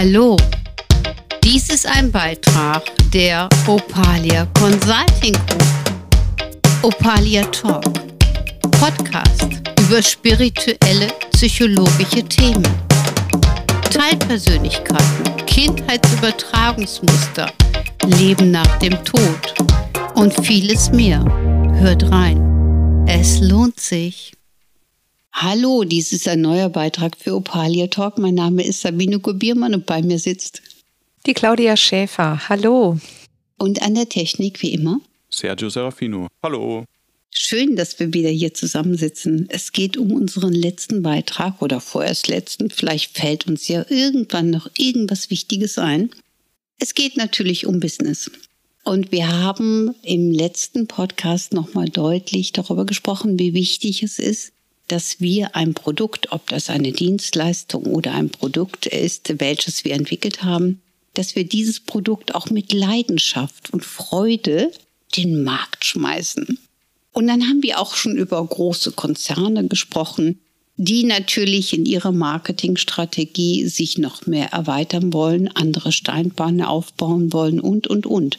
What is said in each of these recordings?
Hallo, dies ist ein Beitrag der Opalia Consulting Group. Opalia Talk, Podcast über spirituelle, psychologische Themen. Teilpersönlichkeiten, Kindheitsübertragungsmuster, Leben nach dem Tod und vieles mehr. Hört rein, es lohnt sich. Hallo, dies ist ein neuer Beitrag für Opalia Talk. Mein Name ist Sabine Gubiermann und bei mir sitzt die Claudia Schäfer. Hallo. Und an der Technik wie immer Sergio Serafino. Hallo. Schön, dass wir wieder hier zusammensitzen. Es geht um unseren letzten Beitrag oder vorerst letzten. Vielleicht fällt uns ja irgendwann noch irgendwas Wichtiges ein. Es geht natürlich um Business. Und wir haben im letzten Podcast nochmal deutlich darüber gesprochen, wie wichtig es ist, dass wir ein Produkt, ob das eine Dienstleistung oder ein Produkt ist, welches wir entwickelt haben, dass wir dieses Produkt auch mit Leidenschaft und Freude den Markt schmeißen. Und dann haben wir auch schon über große Konzerne gesprochen, die natürlich in ihrer Marketingstrategie sich noch mehr erweitern wollen, andere Steinbeine aufbauen wollen und. Und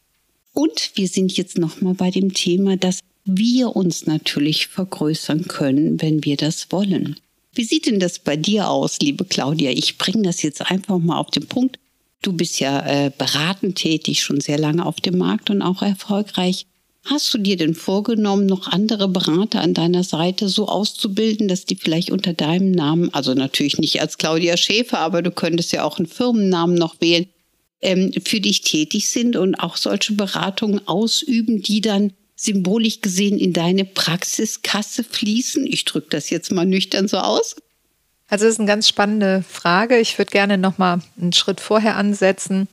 wir sind jetzt nochmal bei dem Thema, dass wir uns natürlich vergrößern können, wenn wir das wollen. Wie sieht denn das bei dir aus, liebe Claudia? Ich bringe das jetzt einfach mal auf den Punkt. Du bist ja beratend tätig, schon sehr lange auf dem Markt und auch erfolgreich. Hast du dir denn vorgenommen, noch andere Berater an deiner Seite so auszubilden, dass die vielleicht unter deinem Namen, also natürlich nicht als Claudia Schäfer, aber du könntest ja auch einen Firmennamen noch wählen, für dich tätig sind und auch solche Beratungen ausüben, die dann symbolisch gesehen in deine Praxiskasse fließen? Ich drücke das jetzt mal nüchtern so aus. Also das ist eine ganz spannende Frage. Ich würde gerne noch mal einen Schritt vorher ansetzen,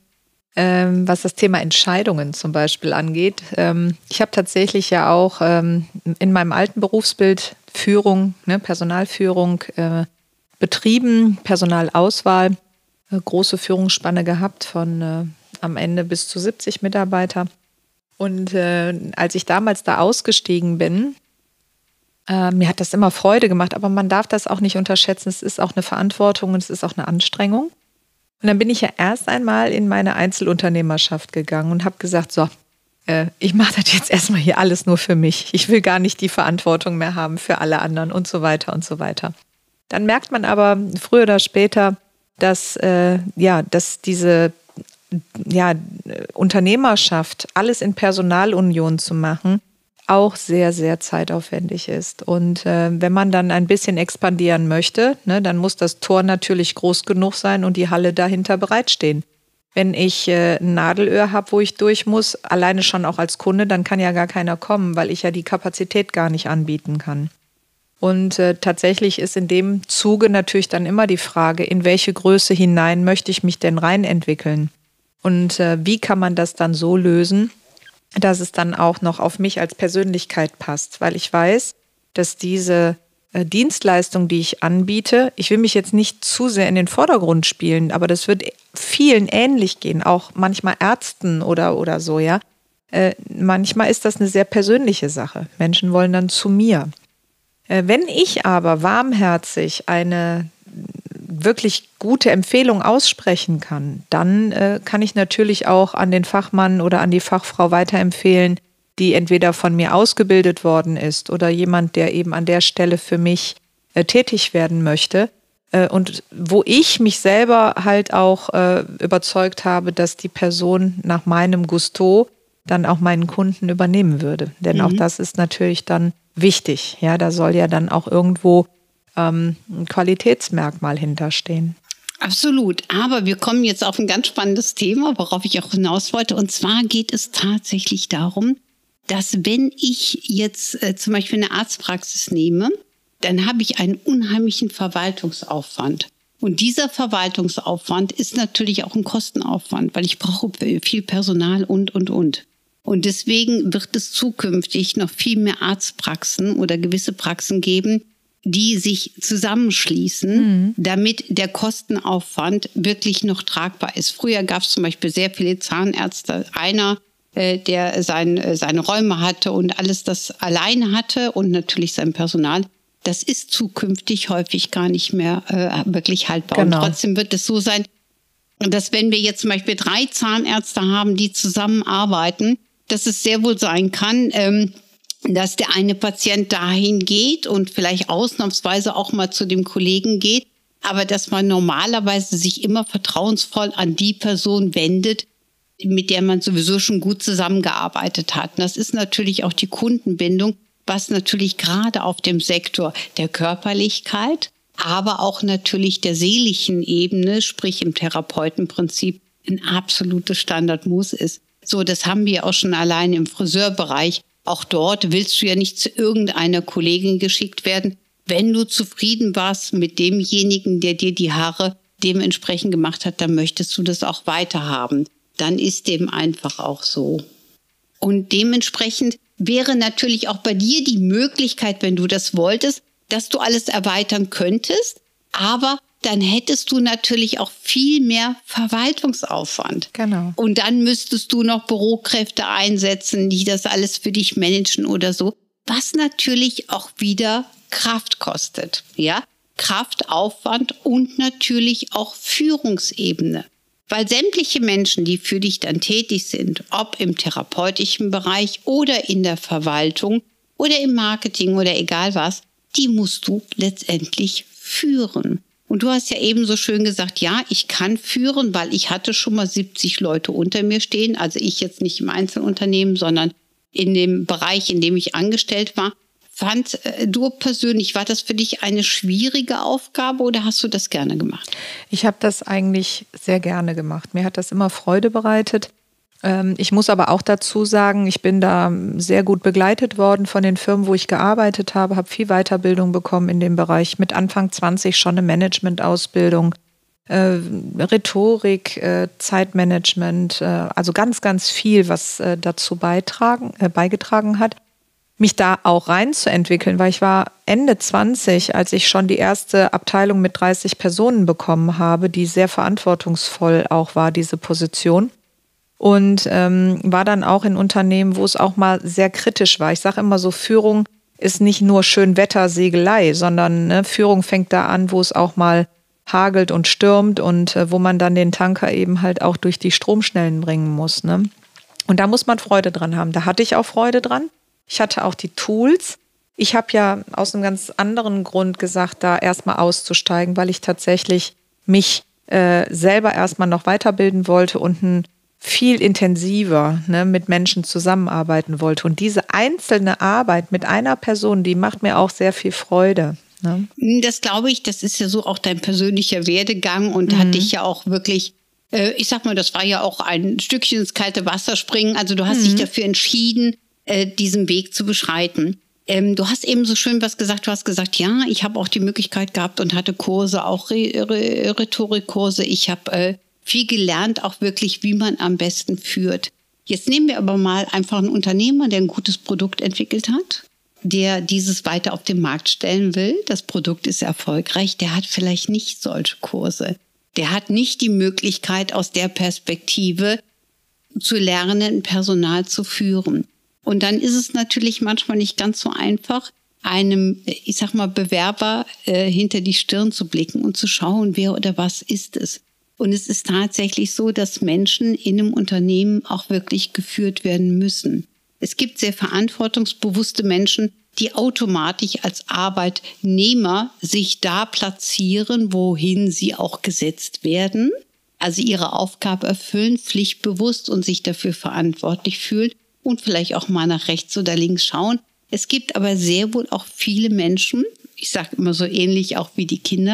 was das Thema Entscheidungen zum Beispiel angeht. Ich habe tatsächlich ja auch in meinem alten Berufsbild Führung, Personalführung betrieben, Personalauswahl, große Führungsspanne gehabt von am Ende bis zu 70 Mitarbeiter. Und als ich damals da ausgestiegen bin, mir hat das immer Freude gemacht, aber man darf das auch nicht unterschätzen. Es ist auch eine Verantwortung und es ist auch eine Anstrengung. Und dann bin ich ja erst einmal in meine Einzelunternehmerschaft gegangen und habe gesagt, so, ich mache das jetzt erstmal hier alles nur für mich. Ich will gar nicht die Verantwortung mehr haben für alle anderen und so weiter und so weiter. Dann merkt man aber früher oder später, dass diese Unternehmerschaft, alles in Personalunion zu machen, auch sehr, sehr zeitaufwendig ist. Und wenn man dann ein bisschen expandieren möchte, dann muss das Tor natürlich groß genug sein und die Halle dahinter bereitstehen. Wenn ich ein Nadelöhr habe, wo ich durch muss, alleine schon auch als Kunde, dann kann ja gar keiner kommen, weil ich ja die Kapazität gar nicht anbieten kann. Und tatsächlich ist in dem Zuge natürlich dann immer die Frage, in welche Größe hinein möchte ich mich denn rein entwickeln? Und wie kann man das dann so lösen, dass es dann auch noch auf mich als Persönlichkeit passt? Weil ich weiß, dass diese Dienstleistung, die ich anbiete, ich will mich jetzt nicht zu sehr in den Vordergrund spielen, aber das wird vielen ähnlich gehen, auch manchmal Ärzten oder so, ja. Manchmal ist das eine sehr persönliche Sache. Menschen wollen dann zu mir. Wenn ich aber warmherzig eine wirklich gute Empfehlung aussprechen kann, dann kann ich natürlich auch an den Fachmann oder an die Fachfrau weiterempfehlen, die entweder von mir ausgebildet worden ist oder jemand, der eben an der Stelle für mich tätig werden möchte. Und wo ich mich selber halt auch überzeugt habe, dass die Person nach meinem Gusto dann auch meinen Kunden übernehmen würde. Denn auch das ist natürlich dann wichtig. Ja, da soll ja dann auch irgendwo ein Qualitätsmerkmal hinterstehen. Absolut. Aber wir kommen jetzt auf ein ganz spannendes Thema, worauf ich auch hinaus wollte. Und zwar geht es tatsächlich darum, dass wenn ich jetzt zum Beispiel eine Arztpraxis nehme, dann habe ich einen unheimlichen Verwaltungsaufwand. Und dieser Verwaltungsaufwand ist natürlich auch ein Kostenaufwand, weil ich brauche viel Personal und. Und deswegen wird es zukünftig noch viel mehr Arztpraxen oder gewisse Praxen geben, die sich zusammenschließen, damit der Kostenaufwand wirklich noch tragbar ist. Früher gab es zum Beispiel sehr viele Zahnärzte. Einer, der seine Räume hatte und alles das alleine hatte und natürlich sein Personal. Das ist zukünftig häufig gar nicht mehr wirklich haltbar. Genau. Und trotzdem wird es so sein, dass wenn wir jetzt zum Beispiel 3 Zahnärzte haben, die zusammenarbeiten, dass es sehr wohl sein kann, dass der eine Patient dahin geht und vielleicht ausnahmsweise auch mal zu dem Kollegen geht, aber dass man normalerweise sich immer vertrauensvoll an die Person wendet, mit der man sowieso schon gut zusammengearbeitet hat. Und das ist natürlich auch die Kundenbindung, was natürlich gerade auf dem Sektor der Körperlichkeit, aber auch natürlich der seelischen Ebene, sprich im Therapeutenprinzip, ein absolutes Standardmuss ist. So, das haben wir auch schon allein im Friseurbereich. Auch dort willst du ja nicht zu irgendeiner Kollegin geschickt werden, wenn du zufrieden warst mit demjenigen, der dir die Haare dementsprechend gemacht hat, dann möchtest du das auch weiterhaben. Dann ist dem einfach auch so. Und dementsprechend wäre natürlich auch bei dir die Möglichkeit, wenn du das wolltest, dass du alles erweitern könntest, aber dann hättest du natürlich auch viel mehr Verwaltungsaufwand. Genau. Und dann müsstest du noch Bürokräfte einsetzen, die das alles für dich managen oder so, was natürlich auch wieder Kraft kostet. Ja? Kraft, Aufwand und natürlich auch Führungsebene. Weil sämtliche Menschen, die für dich dann tätig sind, ob im therapeutischen Bereich oder in der Verwaltung oder im Marketing oder egal was, die musst du letztendlich führen. Und du hast ja eben so schön gesagt, ja, ich kann führen, weil ich hatte schon mal 70 Leute unter mir stehen. Also ich jetzt nicht im Einzelunternehmen, sondern in dem Bereich, in dem ich angestellt war. Fand du persönlich, war das für dich eine schwierige Aufgabe oder hast du das gerne gemacht? Ich habe das eigentlich sehr gerne gemacht. Mir hat das immer Freude bereitet. Ich muss aber auch dazu sagen, ich bin da sehr gut begleitet worden von den Firmen, wo ich gearbeitet habe, habe viel Weiterbildung bekommen in dem Bereich. Mit Anfang 20 schon eine Managementausbildung, Rhetorik, Zeitmanagement, also ganz, ganz viel, was dazu beigetragen hat, mich da auch reinzuentwickeln, weil ich war Ende 20, als ich schon die erste Abteilung mit 30 Personen bekommen habe, die sehr verantwortungsvoll auch war, diese Position. Und war dann auch in Unternehmen, wo es auch mal sehr kritisch war. Ich sage immer so, Führung ist nicht nur Schönwettersegelei, sondern ne, Führung fängt da an, wo es auch mal hagelt und stürmt und wo man dann den Tanker eben halt auch durch die Stromschnellen bringen muss. Ne? Und da muss man Freude dran haben. Da hatte ich auch Freude dran. Ich hatte auch die Tools. Ich habe ja aus einem ganz anderen Grund gesagt, da erstmal auszusteigen, weil ich tatsächlich mich selber erstmal noch weiterbilden wollte und viel intensiver mit Menschen zusammenarbeiten wollte. Und diese einzelne Arbeit mit einer Person, die macht mir auch sehr viel Freude. Ne? Das glaube ich, das ist ja so auch dein persönlicher Werdegang und hat dich ja auch wirklich, ich sag mal, das war ja auch ein Stückchen ins kalte Wasser springen. Also du hast dich dafür entschieden, diesen Weg zu beschreiten. Du hast eben so schön was gesagt. Du hast gesagt, ja, ich habe auch die Möglichkeit gehabt und hatte Kurse, auch Rhetorikkurse. Ich habe viel gelernt, auch wirklich, wie man am besten führt. Jetzt nehmen wir aber mal einfach einen Unternehmer, der ein gutes Produkt entwickelt hat, der dieses weiter auf den Markt stellen will. Das Produkt ist erfolgreich. Der hat vielleicht nicht solche Kurse. Der hat nicht die Möglichkeit, aus der Perspektive zu lernen, Personal zu führen. Und dann ist es natürlich manchmal nicht ganz so einfach, einem, ich sag mal, Bewerber hinter die Stirn zu blicken und zu schauen, wer oder was ist es. Und es ist tatsächlich so, dass Menschen in einem Unternehmen auch wirklich geführt werden müssen. Es gibt sehr verantwortungsbewusste Menschen, die automatisch als Arbeitnehmer sich da platzieren, wohin sie auch gesetzt werden. Also ihre Aufgabe erfüllen, pflichtbewusst und sich dafür verantwortlich fühlen und vielleicht auch mal nach rechts oder links schauen. Es gibt aber sehr wohl auch viele Menschen, ich sage immer so ähnlich auch wie die Kinder,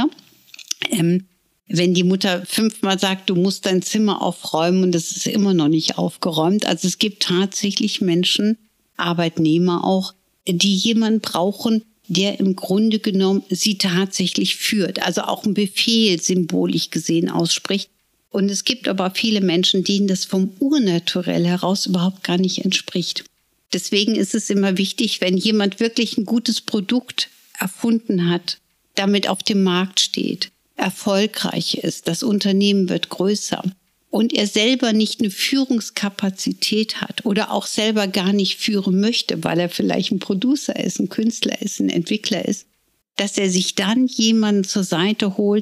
wenn die Mutter 5-mal sagt, du musst dein Zimmer aufräumen und das ist immer noch nicht aufgeräumt. Also es gibt tatsächlich Menschen, Arbeitnehmer auch, die jemanden brauchen, der im Grunde genommen sie tatsächlich führt. Also auch einen Befehl symbolisch gesehen ausspricht. Und es gibt aber viele Menschen, denen das vom Urnaturell heraus überhaupt gar nicht entspricht. Deswegen ist es immer wichtig, wenn jemand wirklich ein gutes Produkt erfunden hat, damit auf dem Markt steht, erfolgreich ist, das Unternehmen wird größer und er selber nicht eine Führungskapazität hat oder auch selber gar nicht führen möchte, weil er vielleicht ein Producer ist, ein Künstler ist, ein Entwickler ist, dass er sich dann jemanden zur Seite holt,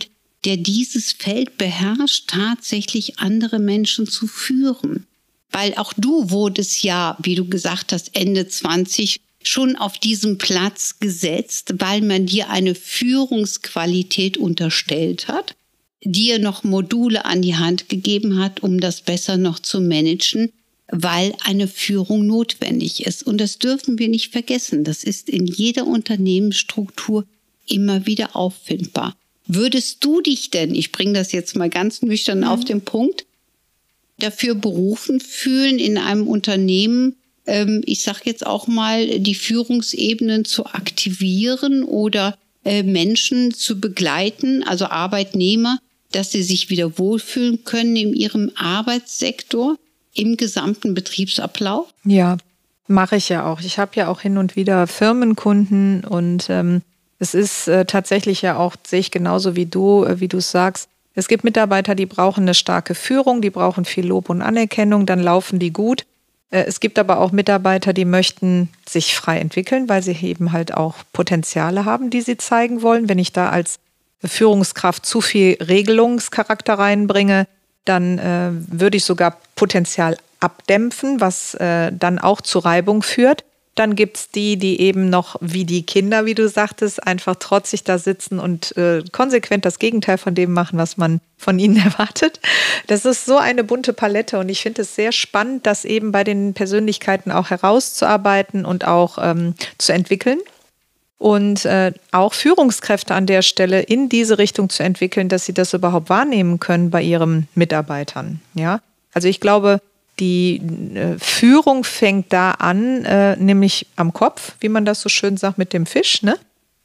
der dieses Feld beherrscht, tatsächlich andere Menschen zu führen. Weil auch du wurdest ja, wie du gesagt hast, Ende 20 schon auf diesem Platz gesetzt, weil man dir eine Führungsqualität unterstellt hat, dir noch Module an die Hand gegeben hat, um das besser noch zu managen, weil eine Führung notwendig ist. Und das dürfen wir nicht vergessen. Das ist in jeder Unternehmensstruktur immer wieder auffindbar. Würdest du dich denn, ich bringe das jetzt mal ganz nüchtern auf den Punkt, dafür berufen fühlen, in einem Unternehmen, ich sage jetzt auch mal, die Führungsebenen zu aktivieren oder Menschen zu begleiten, also Arbeitnehmer, dass sie sich wieder wohlfühlen können in ihrem Arbeitssektor, im gesamten Betriebsablauf? Ja, mache ich ja auch. Ich habe ja auch hin und wieder Firmenkunden und es ist tatsächlich ja auch, sehe ich genauso wie du es sagst, es gibt Mitarbeiter, die brauchen eine starke Führung, die brauchen viel Lob und Anerkennung, dann laufen die gut. Es gibt aber auch Mitarbeiter, die möchten sich frei entwickeln, weil sie eben halt auch Potenziale haben, die sie zeigen wollen. Wenn ich da als Führungskraft zu viel Regelungscharakter reinbringe, dann würde ich sogar Potenzial abdämpfen, was dann auch zu Reibung führt. Dann gibt's die eben noch wie die Kinder, wie du sagtest, einfach trotzig da sitzen und konsequent das Gegenteil von dem machen, was man von ihnen erwartet. Das ist so eine bunte Palette und ich finde es sehr spannend, das eben bei den Persönlichkeiten auch herauszuarbeiten und auch zu entwickeln. Und auch Führungskräfte an der Stelle in diese Richtung zu entwickeln, dass sie das überhaupt wahrnehmen können bei ihren Mitarbeitern. Ja? Also ich glaube, die Führung fängt da an, nämlich am Kopf, wie man das so schön sagt, mit dem Fisch. Ne?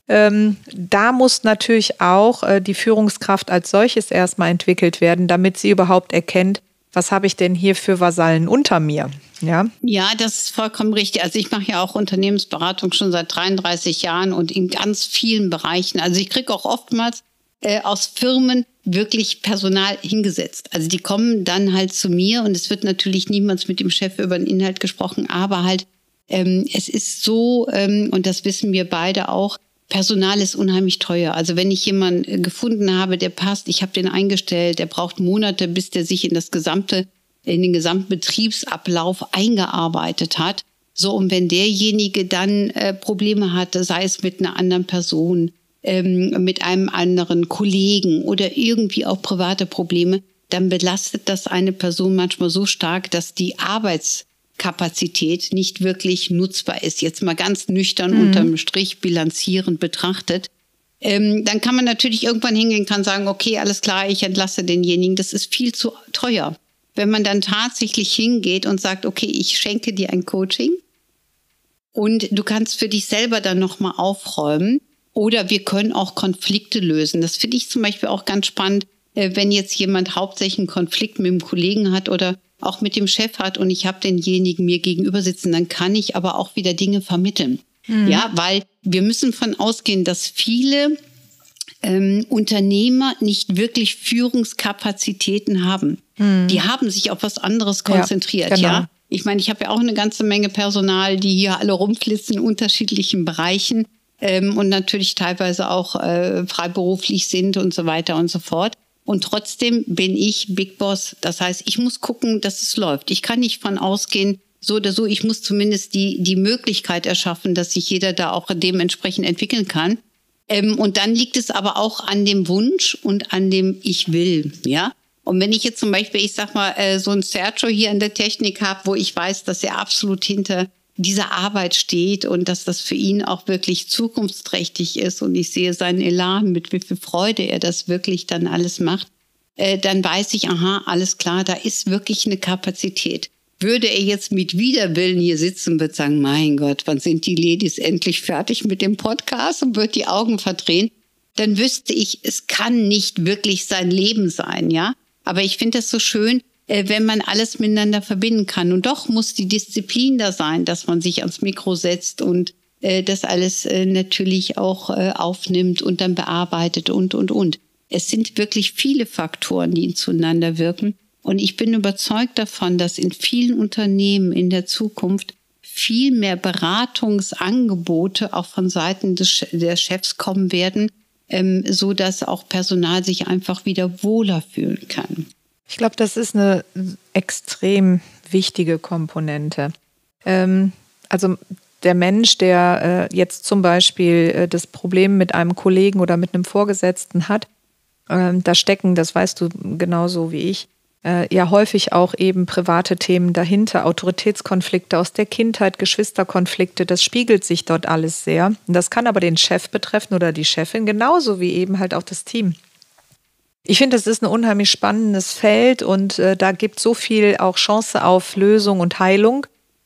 Da muss natürlich auch die Führungskraft als solches erstmal entwickelt werden, damit sie überhaupt erkennt, was habe ich denn hier für Vasallen unter mir? Ja, das ist vollkommen richtig. Also ich mache ja auch Unternehmensberatung schon seit 33 Jahren und in ganz vielen Bereichen. Also ich kriege auch oftmals aus Firmen wirklich Personal hingesetzt. Also die kommen dann halt zu mir und es wird natürlich niemals mit dem Chef über den Inhalt gesprochen, aber halt es ist so, und das wissen wir beide auch, Personal ist unheimlich teuer. Also wenn ich jemanden gefunden habe, der passt, ich habe den eingestellt, der braucht Monate, bis der sich in den gesamten Betriebsablauf eingearbeitet hat. So, und wenn derjenige dann Probleme hatte, sei es mit einer anderen Person, mit einem anderen Kollegen oder irgendwie auch private Probleme, dann belastet das eine Person manchmal so stark, dass die Arbeitskapazität nicht wirklich nutzbar ist. Jetzt mal ganz nüchtern unterm Strich bilanzierend betrachtet. Dann kann man natürlich irgendwann hingehen, kann sagen, okay, alles klar, ich entlasse denjenigen. Das ist viel zu teuer. Wenn man dann tatsächlich hingeht und sagt, okay, ich schenke dir ein Coaching und du kannst für dich selber dann nochmal aufräumen. Oder wir können auch Konflikte lösen. Das finde ich zum Beispiel auch ganz spannend, wenn jetzt jemand hauptsächlich einen Konflikt mit dem Kollegen hat oder auch mit dem Chef hat und ich habe denjenigen mir gegenüber sitzen, dann kann ich aber auch wieder Dinge vermitteln. Ja, weil wir müssen von ausgehen, dass viele Unternehmer nicht wirklich Führungskapazitäten haben. Die haben sich auf was anderes konzentriert. Genau. Ja, ich meine, ich habe ja auch eine ganze Menge Personal, die hier alle rumflitzen in unterschiedlichen Bereichen. Und natürlich teilweise auch freiberuflich sind und so weiter und so fort. Und trotzdem bin ich Big Boss. Das heißt, ich muss gucken, dass es läuft. Ich kann nicht von ausgehen, so oder so. Ich muss zumindest die Möglichkeit erschaffen, dass sich jeder da auch dementsprechend entwickeln kann. Und dann liegt es aber auch an dem Wunsch und an dem Ich will, ja. Und wenn ich jetzt zum Beispiel, ich sag mal, so ein Sergio hier in der Technik habe, wo ich weiß, dass er absolut hinter dieser Arbeit steht und dass das für ihn auch wirklich zukunftsträchtig ist und ich sehe seinen Elan, mit wie viel Freude er das wirklich dann alles macht, dann weiß ich, aha, alles klar, da ist wirklich eine Kapazität. Würde er jetzt mit Widerwillen hier sitzen und würde sagen, mein Gott, wann sind die Ladies endlich fertig mit dem Podcast und würde die Augen verdrehen, dann wüsste ich, es kann nicht wirklich sein Leben sein, ja. Aber ich finde das so schön, wenn man alles miteinander verbinden kann. Und doch muss die Disziplin da sein, dass man sich ans Mikro setzt und das alles natürlich auch aufnimmt und dann bearbeitet und. Es sind wirklich viele Faktoren, die zueinander wirken. Und ich bin überzeugt davon, dass in vielen Unternehmen in der Zukunft viel mehr Beratungsangebote auch von Seiten der Chefs kommen werden, so dass auch Personal sich einfach wieder wohler fühlen kann. Ich glaube, das ist eine extrem wichtige Komponente. Also der Mensch, der jetzt zum Beispiel das Problem mit einem Kollegen oder mit einem Vorgesetzten hat, da stecken, das weißt du genauso wie ich, ja häufig auch eben private Themen dahinter, Autoritätskonflikte aus der Kindheit, Geschwisterkonflikte, das spiegelt sich dort alles sehr. Und das kann aber den Chef betreffen oder die Chefin, genauso wie eben halt auch das Team. Ich finde, das ist ein unheimlich spannendes Feld und da gibt so viel auch Chance auf Lösung und Heilung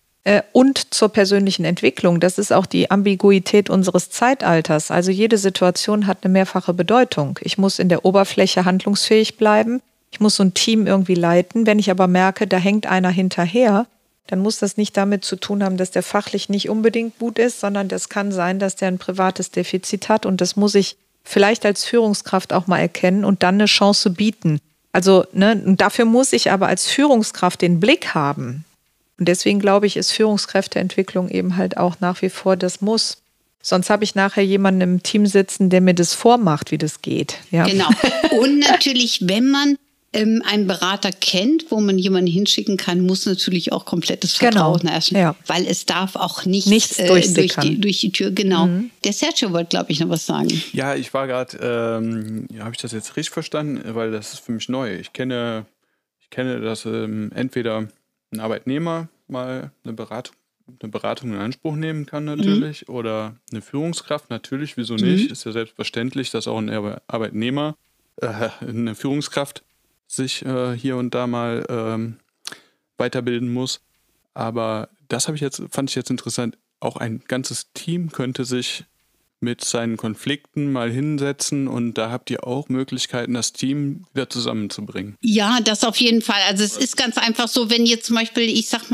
und zur persönlichen Entwicklung. Das ist auch die Ambiguität unseres Zeitalters. Also jede Situation hat eine mehrfache Bedeutung. Ich muss in der Oberfläche handlungsfähig bleiben. Ich muss so ein Team irgendwie leiten. Wenn ich aber merke, da hängt einer hinterher, dann muss das nicht damit zu tun haben, dass der fachlich nicht unbedingt gut ist, sondern das kann sein, dass der ein privates Defizit hat und das muss ich vielleicht als Führungskraft auch mal erkennen und dann eine Chance bieten. Also dafür muss ich aber als Führungskraft den Blick haben. Und deswegen glaube ich, ist Führungskräfteentwicklung eben halt auch nach wie vor das Muss. Sonst habe ich nachher jemanden im Team sitzen, der mir das vormacht, wie das geht. Ja. Genau. Und natürlich, wenn man einen Berater kennt, wo man jemanden hinschicken kann, muss natürlich auch komplettes Vertrauen herrschen, weil es darf auch nichts durch die Tür. Genau. Mhm. Der Sergio wollte, glaube ich, noch was sagen. Ja, ich war gerade, habe ich das jetzt richtig verstanden? Weil das ist für mich neu. Ich kenne dass entweder ein Arbeitnehmer mal eine Beratung in Anspruch nehmen kann natürlich oder eine Führungskraft natürlich, wieso nicht? Ist ja selbstverständlich, dass auch ein Arbeitnehmer, eine Führungskraft sich hier und da mal weiterbilden muss. Aber das fand ich jetzt interessant. Auch ein ganzes Team könnte sich mit seinen Konflikten mal hinsetzen und da habt ihr auch Möglichkeiten, das Team wieder zusammenzubringen. Ja, das auf jeden Fall. Also es ist ganz einfach so, wenn jetzt zum Beispiel, ich sag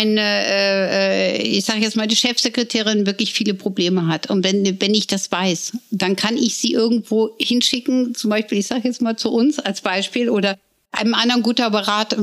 jetzt mal die Chefsekretärin wirklich viele Probleme hat und wenn ich das weiß, dann kann ich sie irgendwo hinschicken, zum Beispiel, ich sage jetzt mal zu uns als Beispiel oder einem anderen guten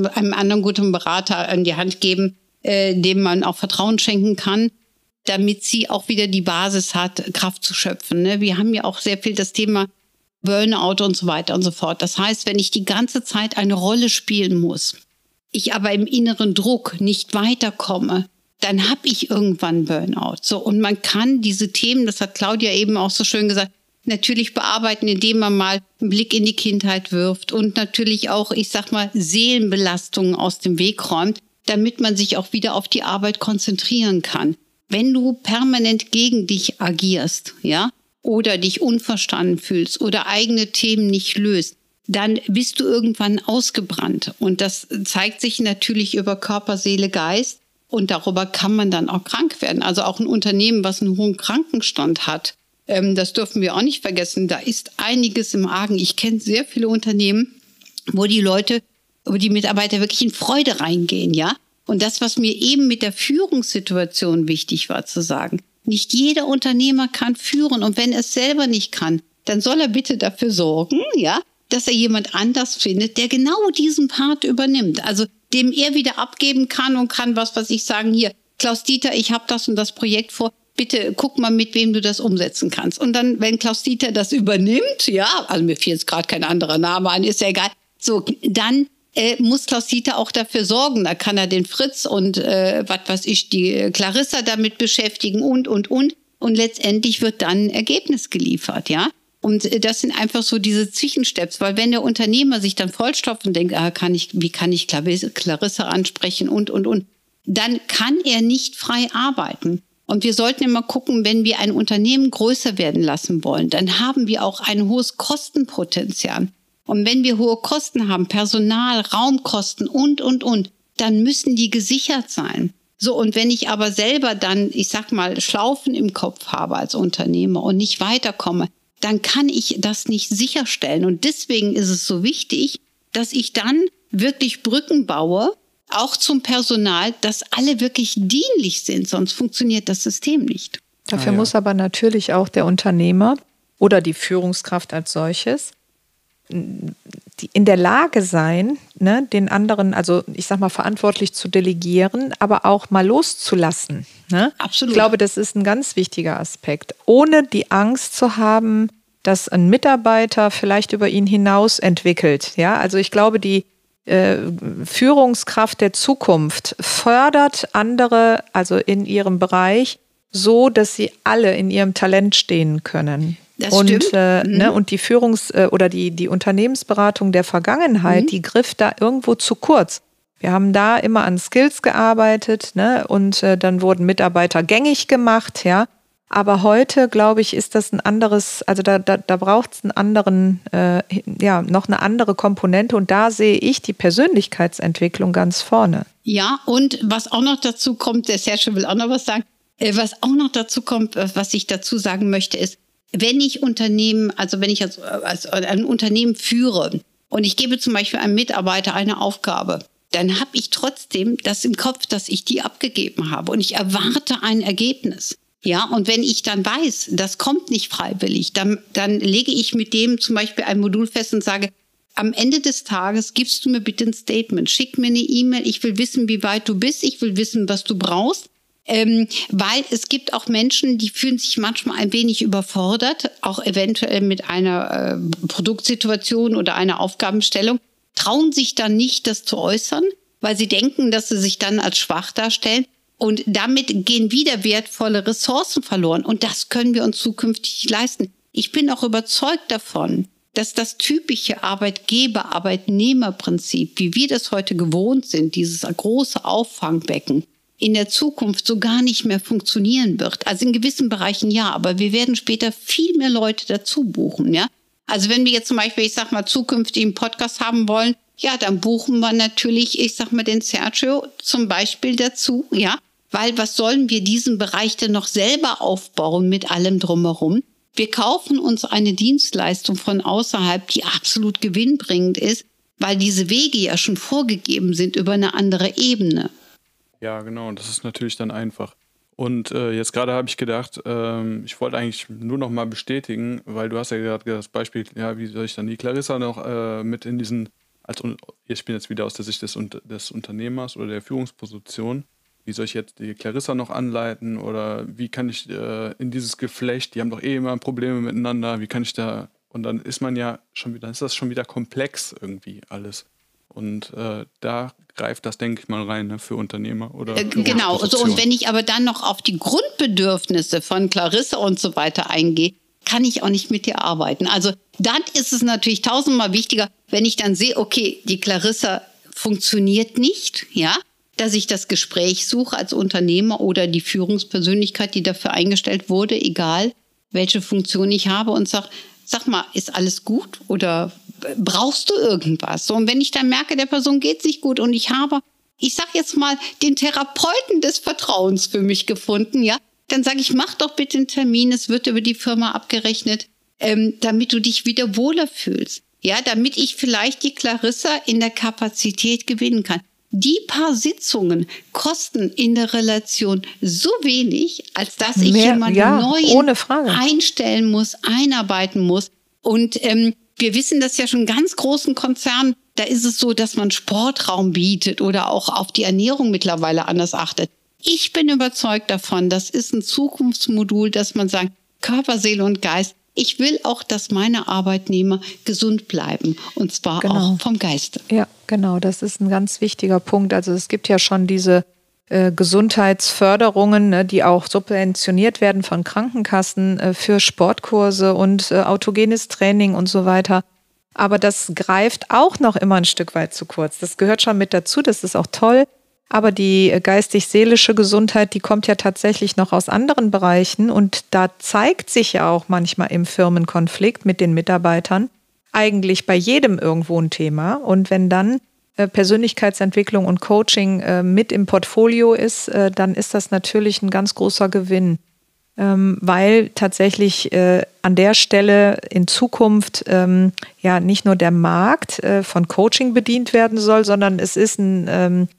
Berater an die Hand geben, dem man auch Vertrauen schenken kann, damit sie auch wieder die Basis hat, Kraft zu schöpfen. Ne? Wir haben ja auch sehr viel das Thema Burnout und so weiter und so fort. Das heißt, wenn ich die ganze Zeit eine Rolle spielen muss, ich aber im inneren Druck nicht weiterkomme, dann habe ich irgendwann Burnout. So, und man kann diese Themen, das hat Claudia eben auch so schön gesagt, natürlich bearbeiten, indem man mal einen Blick in die Kindheit wirft und natürlich auch, ich sag mal, Seelenbelastungen aus dem Weg räumt, damit man sich auch wieder auf die Arbeit konzentrieren kann. Wenn du permanent gegen dich agierst, ja, oder dich unverstanden fühlst oder eigene Themen nicht löst, dann bist du irgendwann ausgebrannt. Und das zeigt sich natürlich über Körper, Seele, Geist. Und darüber kann man dann auch krank werden. Also auch ein Unternehmen, was einen hohen Krankenstand hat, das dürfen wir auch nicht vergessen. Da ist einiges im Argen. Ich kenne sehr viele Unternehmen, wo die Mitarbeiter wirklich in Freude reingehen, ja. Und das, was mir eben mit der Führungssituation wichtig war zu sagen, nicht jeder Unternehmer kann führen. Und wenn er es selber nicht kann, dann soll er bitte dafür sorgen, ja, dass er jemand anders findet, der genau diesen Part übernimmt. Also dem er wieder abgeben kann und kann, was ich sagen, hier, Klaus-Dieter, ich habe das und das Projekt vor, bitte guck mal, mit wem du das umsetzen kannst. Und dann, wenn Klaus-Dieter das übernimmt, ja, also mir fiel jetzt gerade kein anderer Name ein, ist ja egal, so, dann muss Klaus-Dieter auch dafür sorgen. Da kann er den Fritz und die Clarissa damit beschäftigen und. Und letztendlich wird dann ein Ergebnis geliefert, ja. Und das sind einfach so diese Zwischensteps, weil wenn der Unternehmer sich dann vollstopft und denkt, wie kann ich Clarissa ansprechen und, dann kann er nicht frei arbeiten. Und wir sollten immer gucken, wenn wir ein Unternehmen größer werden lassen wollen, dann haben wir auch ein hohes Kostenpotenzial. Und wenn wir hohe Kosten haben, Personal, Raumkosten und, dann müssen die gesichert sein. So, und wenn ich aber selber dann, ich sag mal, Schlaufen im Kopf habe als Unternehmer und nicht weiterkomme, dann kann ich das nicht sicherstellen. Und deswegen ist es so wichtig, dass ich dann wirklich Brücken baue, auch zum Personal, dass alle wirklich dienlich sind, sonst funktioniert das System nicht. Dafür muss aber natürlich auch der Unternehmer oder die Führungskraft als solches in der Lage sein, ne, den anderen, also ich sag mal, verantwortlich zu delegieren, aber auch mal loszulassen. Ne? Absolut. Ich glaube, das ist ein ganz wichtiger Aspekt. Ohne die Angst zu haben, dass ein Mitarbeiter vielleicht über ihn hinaus entwickelt. Ja, also ich glaube, die Führungskraft der Zukunft fördert andere, also in ihrem Bereich, so, dass sie alle in ihrem Talent stehen können. Das stimmt. Und die oder die Unternehmensberatung der Vergangenheit, die griff da irgendwo zu kurz. Wir haben da immer an Skills gearbeitet, ne? Und dann wurden Mitarbeiter gängig gemacht, ja. Aber heute, glaube ich, ist das ein anderes, also da braucht es einen anderen, noch eine andere Komponente. Und da sehe ich die Persönlichkeitsentwicklung ganz vorne. Ja, und was auch noch dazu kommt, der Sergio will auch noch was sagen, was auch noch dazu kommt, was ich dazu sagen möchte, ist, wenn ich als ein Unternehmen führe und ich gebe zum Beispiel einem Mitarbeiter eine Aufgabe, dann habe ich trotzdem das im Kopf, dass ich die abgegeben habe und ich erwarte ein Ergebnis. Ja, und wenn ich dann weiß, das kommt nicht freiwillig, dann lege ich mit dem zum Beispiel ein Modul fest und sage, am Ende des Tages gibst du mir bitte ein Statement, schick mir eine E-Mail, ich will wissen, wie weit du bist, ich will wissen, was du brauchst. Weil es gibt auch Menschen, die fühlen sich manchmal ein wenig überfordert, auch eventuell mit einer Produktsituation oder einer Aufgabenstellung, trauen sich dann nicht, das zu äußern, weil sie denken, dass sie sich dann als schwach darstellen. Und damit gehen wieder wertvolle Ressourcen verloren. Und das können wir uns zukünftig leisten. Ich bin auch überzeugt davon, dass das typische Arbeitgeber-Arbeitnehmer-Prinzip, wie wir das heute gewohnt sind, dieses große Auffangbecken, in der Zukunft so gar nicht mehr funktionieren wird. Also in gewissen Bereichen ja, aber wir werden später viel mehr Leute dazu buchen, ja. Also wenn wir jetzt zum Beispiel, zukünftig einen Podcast haben wollen, ja, dann buchen wir natürlich, den Sergio zum Beispiel dazu, ja. Weil was sollen wir diesen Bereich denn noch selber aufbauen mit allem drumherum? Wir kaufen uns eine Dienstleistung von außerhalb, die absolut gewinnbringend ist, weil diese Wege ja schon vorgegeben sind über eine andere Ebene. Ja, genau, das ist natürlich dann einfach. Und jetzt gerade habe ich gedacht, ich wollte eigentlich nur noch mal bestätigen, weil du hast ja gerade das Beispiel, ja, wie soll ich dann die Clarissa noch mit in diesen, ich bin jetzt wieder aus der Sicht des Unternehmers oder der Führungsposition, wie soll ich jetzt die Clarissa noch anleiten oder wie kann ich in dieses Geflecht, die haben doch immer Probleme miteinander, wie kann ich da, und dann ist man ja schon wieder, dann ist das schon wieder komplex irgendwie alles. Und da greift das, denke ich mal, rein, ne, für Unternehmer oder genau. So, und wenn ich aber dann noch auf die Grundbedürfnisse von Clarissa und so weiter eingehe, kann ich auch nicht mit dir arbeiten. Also dann ist es natürlich tausendmal wichtiger, wenn ich dann sehe, okay, die Clarissa funktioniert nicht, ja, dass ich das Gespräch suche als Unternehmer oder die Führungspersönlichkeit, die dafür eingestellt wurde, egal welche Funktion ich habe, und sag mal, ist alles gut oder brauchst du irgendwas? So, und wenn ich dann merke, der Person geht's nicht gut und ich sag jetzt mal, den Therapeuten des Vertrauens für mich gefunden, ja, dann sage ich, mach doch bitte einen Termin, es wird über die Firma abgerechnet, damit du dich wieder wohler fühlst. Ja, damit ich vielleicht die Clarissa in der Kapazität gewinnen kann. Die paar Sitzungen kosten in der Relation so wenig, als dass ich jemanden Neuen einstellen muss, einarbeiten muss. Und wir wissen das ja schon in ganz großen Konzernen, da ist es so, dass man Sportraum bietet oder auch auf die Ernährung mittlerweile anders achtet. Ich bin überzeugt davon, das ist ein Zukunftsmodul, dass man sagt, Körper, Seele und Geist, ich will auch, dass meine Arbeitnehmer gesund bleiben, und zwar auch vom Geiste. Ja, genau, das ist ein ganz wichtiger Punkt. Also es gibt ja schon diese Gesundheitsförderungen, ne, die auch subventioniert werden von Krankenkassen für Sportkurse und autogenes Training und so weiter. Aber das greift auch noch immer ein Stück weit zu kurz. Das gehört schon mit dazu, das ist auch toll. Aber die geistig-seelische Gesundheit, die kommt ja tatsächlich noch aus anderen Bereichen. Und da zeigt sich ja auch manchmal im Firmenkonflikt mit den Mitarbeitern eigentlich bei jedem irgendwo ein Thema. Und wenn dann Persönlichkeitsentwicklung und Coaching mit im Portfolio ist, dann ist das natürlich ein ganz großer Gewinn. Weil tatsächlich an der Stelle in Zukunft nicht nur der Markt von Coaching bedient werden soll, sondern es ist ein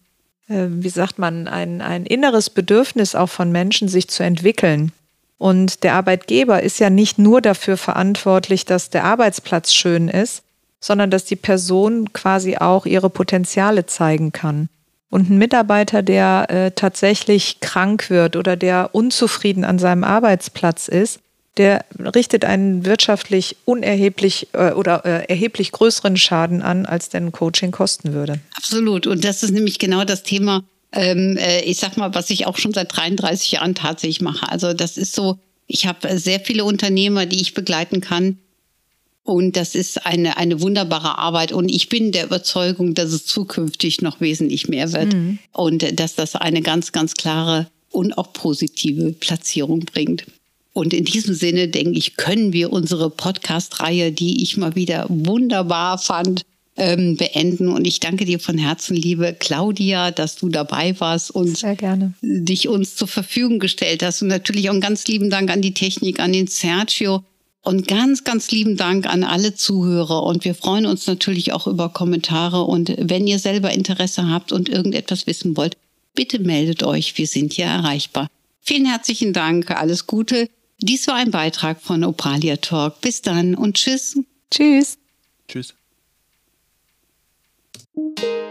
inneres Bedürfnis auch von Menschen, sich zu entwickeln. Und der Arbeitgeber ist ja nicht nur dafür verantwortlich, dass der Arbeitsplatz schön ist, sondern dass die Person quasi auch ihre Potenziale zeigen kann. Und ein Mitarbeiter, der tatsächlich krank wird oder der unzufrieden an seinem Arbeitsplatz ist, der richtet einen wirtschaftlich unerheblich erheblich größeren Schaden an, als denn ein Coaching kosten würde. Absolut. Und das ist nämlich genau das Thema, ich sag mal, was ich auch schon seit 33 Jahren tatsächlich mache. Also das ist so, ich habe sehr viele Unternehmer, die ich begleiten kann. Und das ist eine wunderbare Arbeit. Und ich bin der Überzeugung, dass es zukünftig noch wesentlich mehr wird. Und dass das eine ganz, ganz klare und auch positive Platzierung bringt. Und in diesem Sinne, denke ich, können wir unsere Podcast-Reihe, die ich mal wieder wunderbar fand, beenden. Und ich danke dir von Herzen, liebe Claudia, dass du dabei warst und sehr gerne dich uns zur Verfügung gestellt hast. Und natürlich auch einen ganz lieben Dank an die Technik, an den Sergio. Und ganz, ganz lieben Dank an alle Zuhörer. Und wir freuen uns natürlich auch über Kommentare. Und wenn ihr selber Interesse habt und irgendetwas wissen wollt, bitte meldet euch. Wir sind hier erreichbar. Vielen herzlichen Dank. Alles Gute. Dies war ein Beitrag von Opalia Talk. Bis dann und tschüss. Tschüss. Tschüss.